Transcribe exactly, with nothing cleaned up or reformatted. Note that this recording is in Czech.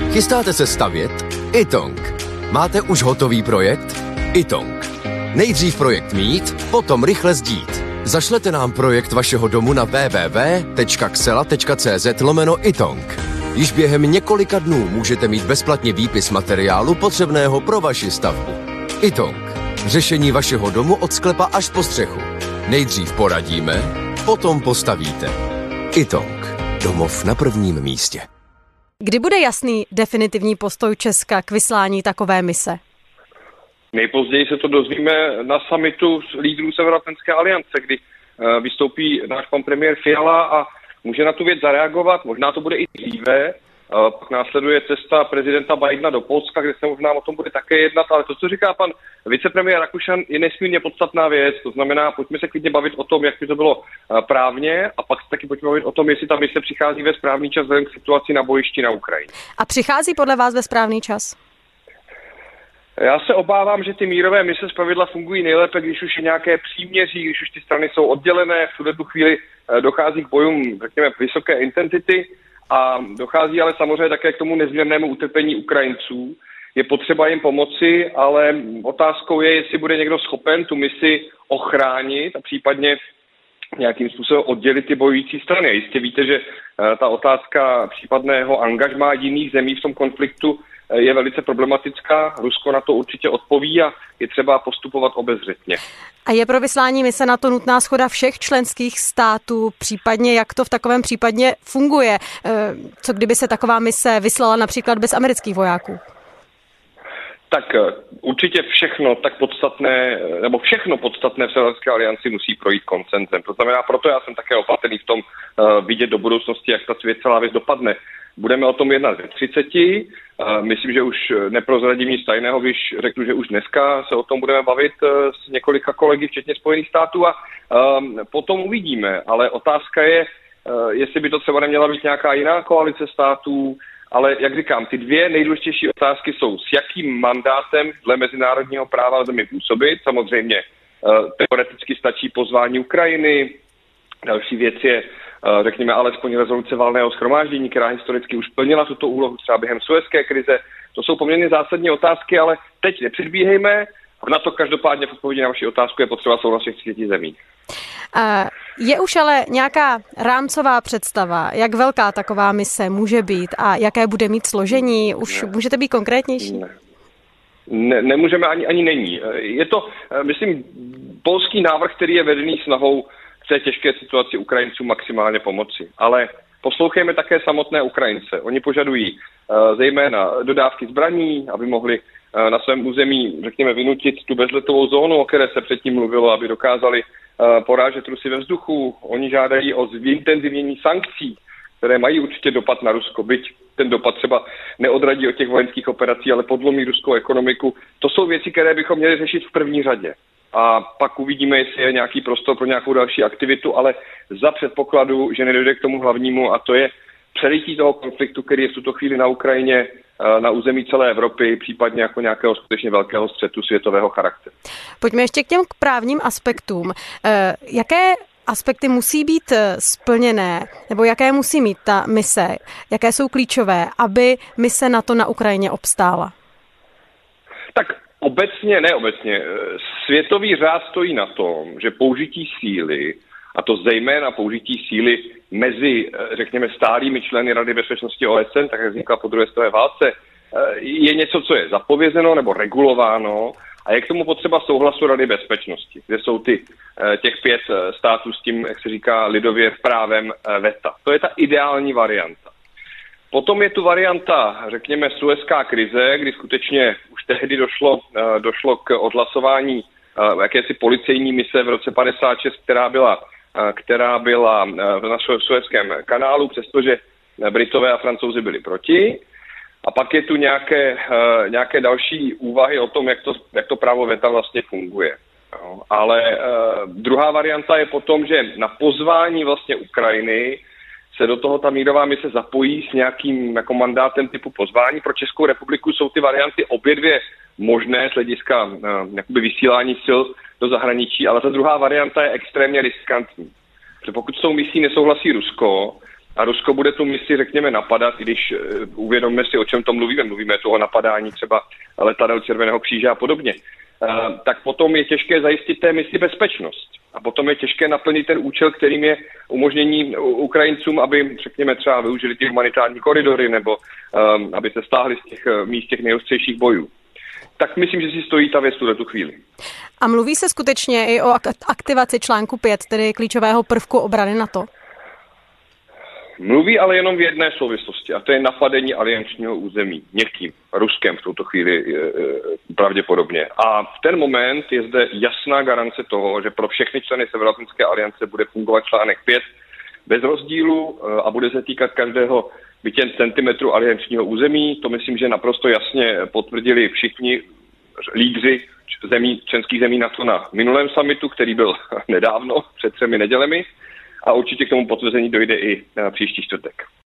Chystáte se stavět? Itong. Máte už hotový projekt? Itong. Nejdřív projekt mít, potom rychle sdít. Zašlete nám projekt vašeho domu na w w w tečka xela tečka c z lomeno Itong. Již během několika dnů můžete mít bezplatně výpis materiálu potřebného pro vaši stavbu. Itong. Řešení vašeho domu od sklepa až po střechu. Nejdřív poradíme, potom postavíte. Itong. Domov na prvním místě. Kdy bude jasný definitivní postoj Česka k vyslání takové mise? Nejpozději se to dozvíme na summitu lídrů Severoatlantické aliance, kdy vystoupí náš pan premiér Fiala a může na tu věc zareagovat. Možná to bude i dříve. Pak následuje cesta prezidenta Bidena do Polska, kde se možná o tom bude také jednat, ale to, co říká pan vicepremiér Rakušan, je nesmírně podstatná věc. To znamená, pojďme se klidně bavit o tom, jak by to bylo právně, a pak se taky pojďme bavit o tom, jestli ta mise přichází ve správný čas vzhledem k situaci na bojišti na Ukrajině. A přichází podle vás ve správný čas? Já se obávám, že ty mírové mise zpravidla fungují nejlépe, když už je nějaké příměří, když už ty strany jsou oddělené, všude tu chvíli dochází k bojům, řekněme, vysoké intenzity. A dochází ale samozřejmě také k tomu nezměrnému utrpení Ukrajinců. Je potřeba jim pomoci, ale otázkou je, jestli bude někdo schopen tu misi ochránit a případně nějakým způsobem oddělit ty bojující strany. Jistě víte, že ta otázka případného angažmá jiných zemí v tom konfliktu je velice problematická. Rusko na to určitě odpoví a je třeba postupovat obezřetně. A je pro vyslání mise na to nutná shoda všech členských států, případně jak to v takovém případě funguje? Co kdyby se taková mise vyslala například bez amerických vojáků? Tak určitě všechno tak podstatné, nebo všechno podstatné v Severoatlantické alianci musí projít konsenzem. To znamená, proto já jsem také opatrný v tom vidět do budoucnosti, jak ta svět celá věc dopadne. Budeme o tom jednat ve třiceti. Myslím, že už neprozradím nic tajného, když řeknu, že už dneska se o tom budeme bavit s několika kolegy, včetně Spojených států, a potom uvidíme. Ale otázka je, jestli by to třeba neměla být nějaká jiná koalice států. Ale jak říkám, ty dvě nejdůležitější otázky jsou, s jakým mandátem dle mezinárodního práva zemi působit. Samozřejmě teoreticky stačí pozvání Ukrajiny. Další věc je, řekněme, alespoň rezoluce valného shromáždění, která historicky už plnila tuto úlohu třeba během suezské krize. To jsou poměrně zásadní otázky, ale teď nepředbíhejme. Na to každopádně v odpovědi na vaši otázku je potřeba souhlas všech třiceti zemí. Je už ale nějaká rámcová představa, jak velká taková mise může být a jaké bude mít složení? Už ne. Můžete být konkrétnější? Ne. Ne, nemůžeme, ani, ani není. Je to, myslím, polský návrh, který je vedený snahou v té těžké situaci Ukrajincům maximálně pomoci. Ale poslouchejme také samotné Ukrajince. Oni požadují uh, zejména dodávky zbraní, aby mohli uh, na svém území, řekněme, vynutit tu bezletovou zónu, o které se předtím mluvilo, aby dokázali uh, porážet Rusy ve vzduchu. Oni žádají o zintenzivnění sankcí, které mají určitě dopad na Rusko, byť ten dopad třeba neodradí od těch vojenských operací, ale podlomí ruskou ekonomiku. To jsou věci, které bychom měli řešit v první řadě. A pak uvidíme, jestli je nějaký prostor pro nějakou další aktivitu, ale za předpokladu, že nedojde k tomu hlavnímu, a to je přelití toho konfliktu, který je v tuto chvíli na Ukrajině, na území celé Evropy, případně jako nějakého skutečně velkého střetu světového charakteru. Pojďme ještě k těm právním aspektům. Jaké aspekty musí být splněné, nebo jaké musí mít ta mise, jaké jsou klíčové, aby mise NATO na Ukrajině obstála? Tak obecně, ne obecně, světový řád stojí na tom, že použití síly, a to zejména použití síly mezi, řekněme, stálými členy Rady bezpečnosti O S N, tak jak vznikla po druhé světové válce, je něco, co je zapovězeno nebo regulováno, a je k tomu potřeba souhlasu Rady bezpečnosti, kde jsou ty, těch pět států s tím, jak se říká lidově, právem veta. To je ta ideální varianta. Potom je tu varianta, řekněme, suezká krize, kdy skutečně už tehdy došlo, došlo k odhlasování jakési policejní mise v roce padesát šest, která byla, která byla na Suezském kanálu, přestože Britové a Francouzi byli proti. A pak je tu nějaké, nějaké další úvahy o tom, jak to, jak to právo veta vlastně funguje. No, ale druhá varianta je potom, že na pozvání vlastně Ukrajiny se do toho ta mírová mise zapojí s nějakým jako mandátem typu pozvání. Pro Českou republiku jsou ty varianty obě dvě možné z hlediska uh, jakoby vysílání sil do zahraničí, ale ta druhá varianta je extrémně riskantní. Protože pokud s tou misí nesouhlasí Rusko, a Rusko bude tu misi, řekněme, napadat, i když uh, uvědomme si, o čem to mluvíme, mluvíme toho napadání třeba letadel Červeného kříže a podobně, uh, tak potom je těžké zajistit té misi bezpečnost. A potom je těžké naplnit ten účel, kterým je umožnění Ukrajincům, aby, řekněme, třeba využili ty humanitární koridory nebo um, aby se stáhli z těch míst těch nejostřejších bojů. Tak myslím, že si stojí ta věc tuhle tu chvíli. A mluví se skutečně i o aktivaci článku pět, tedy klíčového prvku obrany NATO? Mluví ale jenom v jedné souvislosti, a to je napadení aliančního území někým, Ruskem v tuto chvíli e, e, pravděpodobně. A v ten moment je zde jasná garance toho, že pro všechny členy Severoatlantické aliance bude fungovat článek pět bez rozdílu e, a bude se týkat každého byť jen centimetru aliančního území. To myslím, že naprosto jasně potvrdili všichni lídři zemí, členských zemí NATO na minulém summitu, který byl nedávno, před třemi nedělemi. A určitě k tomu potvrzení dojde i příští čtvrtek.